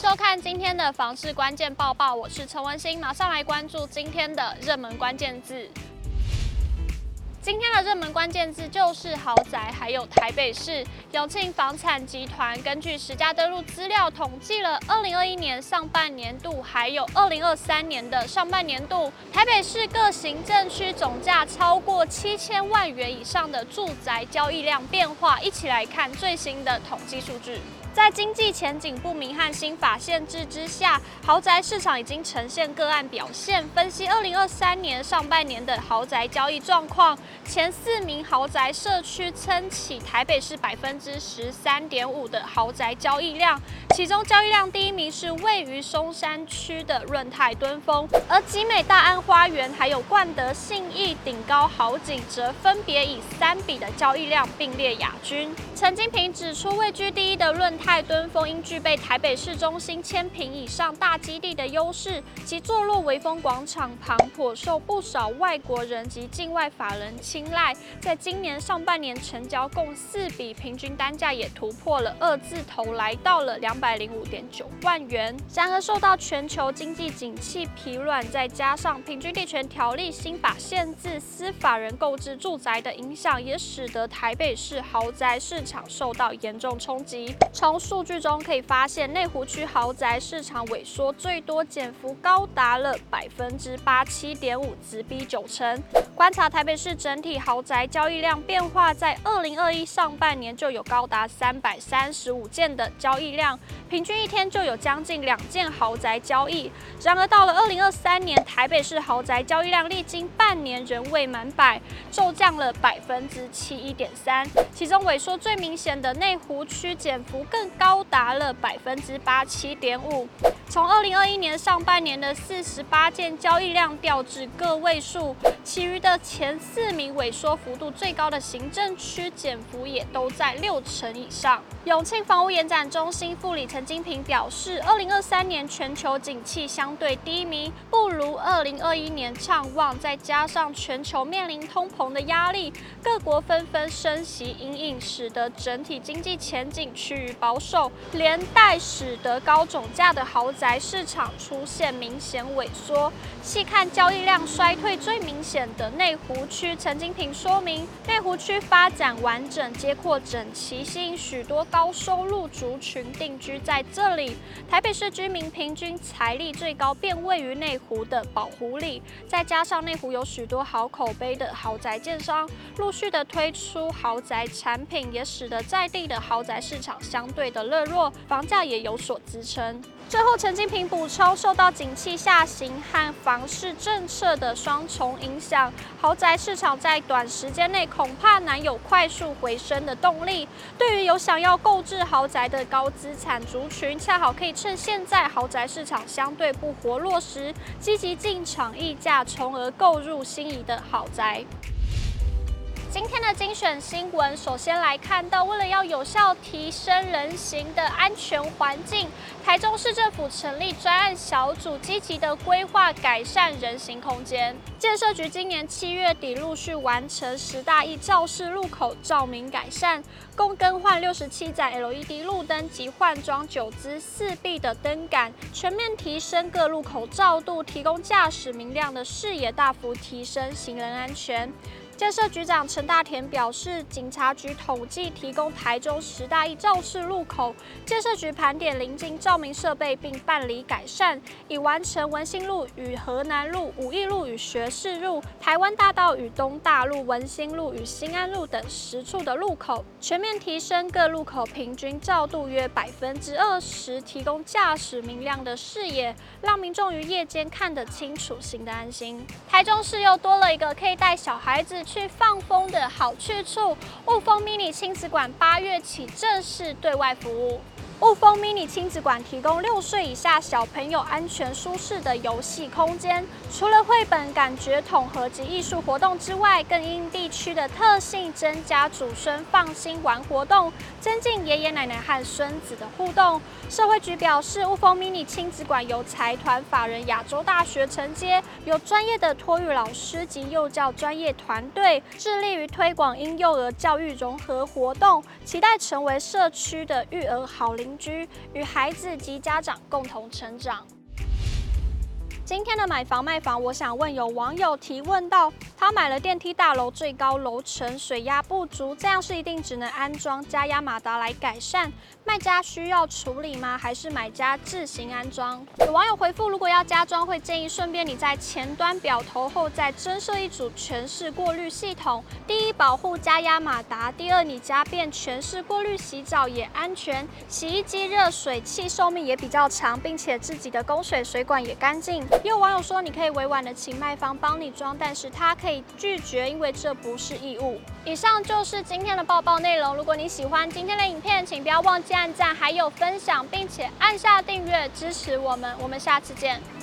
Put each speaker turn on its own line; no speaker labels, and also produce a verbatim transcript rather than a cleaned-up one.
收看今天的房市关键报报，我是陈文心，马上来关注今天的热门关键字。今天的热门关键字就是豪宅，还有台北市。永庆房产集团根据实价登录资料统计了二零二一年上半年度，还有二零二三年的上半年度，台北市各行政区总价超过七千万元以上的住宅交易量变化。一起来看最新的统计数据。在经济前景不明和新法限制之下，豪宅市场已经呈现个案表现。分析二零二三年上半年的豪宅交易状况，前四名豪宅社区撑起台北市百分之十三点五的豪宅交易量，其中交易量第一名是位于松山区的润泰敦峰，而集美大安花园还有冠德信义顶高豪景则分别以三笔的交易量并列亚军。陈金平指出，位居第一的润泰敦峰因具备台北市中心千坪以上大基地的优势，其坐落微风广场旁，颇受不少外国人及境外法人青睐。在今年上半年成交共四笔，平均单价也突破了二字头，来到了两百零五点九万元。然而，受到全球经济景气疲软，再加上平均地权条例新法限制私法人购置住宅的影响，也使得台北市豪宅市场受到严重冲击。从数据中可以发现，内湖区豪宅市场萎缩最多，减幅高达了百分之八七点五，直逼九成。观察台北市整体豪宅交易量变化，在二零二一上半年就有高达三百三十五件的交易量，平均一天就有将近两件豪宅交易。然而到了二零二三年，台北市豪宅交易量历经半年仍未满百，骤降了百分之七一点三。其中萎缩最明显的内湖区减幅更高达了百分之八七点五。从二零二一年上半年的四十八件交易量掉至个位数，其余的前四名萎缩幅度最高的行政区减幅也都在六成以上。永庆房屋研展中心副理陈金平表示，二零二三年全球景气相对低迷，不如二零二一年畅旺，再加上全球面临通膨的压力，各国纷纷升息因应，使得整体经济前景趋于保守，连带使得高总价的豪宅市场出现明显萎缩。细看交易量衰退最明显的内湖区，陈金平说明，内湖区发展完整、街廓整齐，吸引许多高收入族群定居在这里。台北市居民平均财力最高便位于内湖的宝湖里，再加上内湖有许多好口碑的豪宅建商陆续的推出豪宅产品，也使得在地的豪宅市场相对的热络，房价也有所支撑。最后，陈金平补充，受到景气下行和房市政策的双重影响，豪宅市场在短时间内恐怕难有快速回升的动力。对于有想要购置豪宅的高资产族群，恰好可以趁现在豪宅市场相对不活络时，积极进场议价，从而购入心仪的豪宅。今天的精选新闻，首先来看到，为了要有效提升人行的安全环境，台中市政府成立专案小组，积极的规划改善人行空间。建设局今年七月底陆续完成十大义肇事路口照明改善，共更换六十七盏 L E D 路灯及换装九支四臂的灯杆，全面提升各路口照度，提供驾驶明亮的视野，大幅提升行人安全。建设局长陈大田表示，警察局统计提供台中十大义肇事路口，建设局盘点邻近照明设备并办理改善，已完成文心路与河南路、武义路与学士路、台湾大道与东大路、文心路与新安路等十处的路口，全面提升各路口平均照度约百分之二十，提供驾驶明亮的视野，让民众于夜间看得清楚，行得安心。台中市又多了一个可以带小孩子去放风的好去处，雾峰 mini 亲子馆八月起正式对外服务。雾峰 mini 亲子馆提供六岁以下小朋友安全舒适的游戏空间，除了绘本、感觉统合及艺术活动之外，更因地区的特性增加祖孙放心玩活动，增进爷爷奶奶和孙子的互动。社会局表示，雾峰 mini 亲子馆由财团法人亚洲大学承接，有专业的托育老师及幼教专业团队，致力于推广婴幼儿教育融合活动，期待成为社区的育儿好邻邻居，与孩子及家长共同成长。今天的买房卖房，我想问有网友提问到，他买了电梯大楼最高楼层，水压不足，这样是一定只能安装加压马达来改善？卖家需要处理吗？还是买家自行安装？有网友回复，如果要加装，会建议顺便你在前端表头后再增设一组全室过滤系统。第一，保护加压马达；第二，你家变全室过滤洗澡也安全，洗衣机热水器寿命也比较长，并且自己的供水水管也干净。也有网友说，你可以委婉的请卖方帮你装，但是他可以拒绝，因为这不是义务。以上就是今天的报报内容。如果你喜欢今天的影片，请不要忘记按赞，还有分享，并且按下订阅支持我们。我们下次见。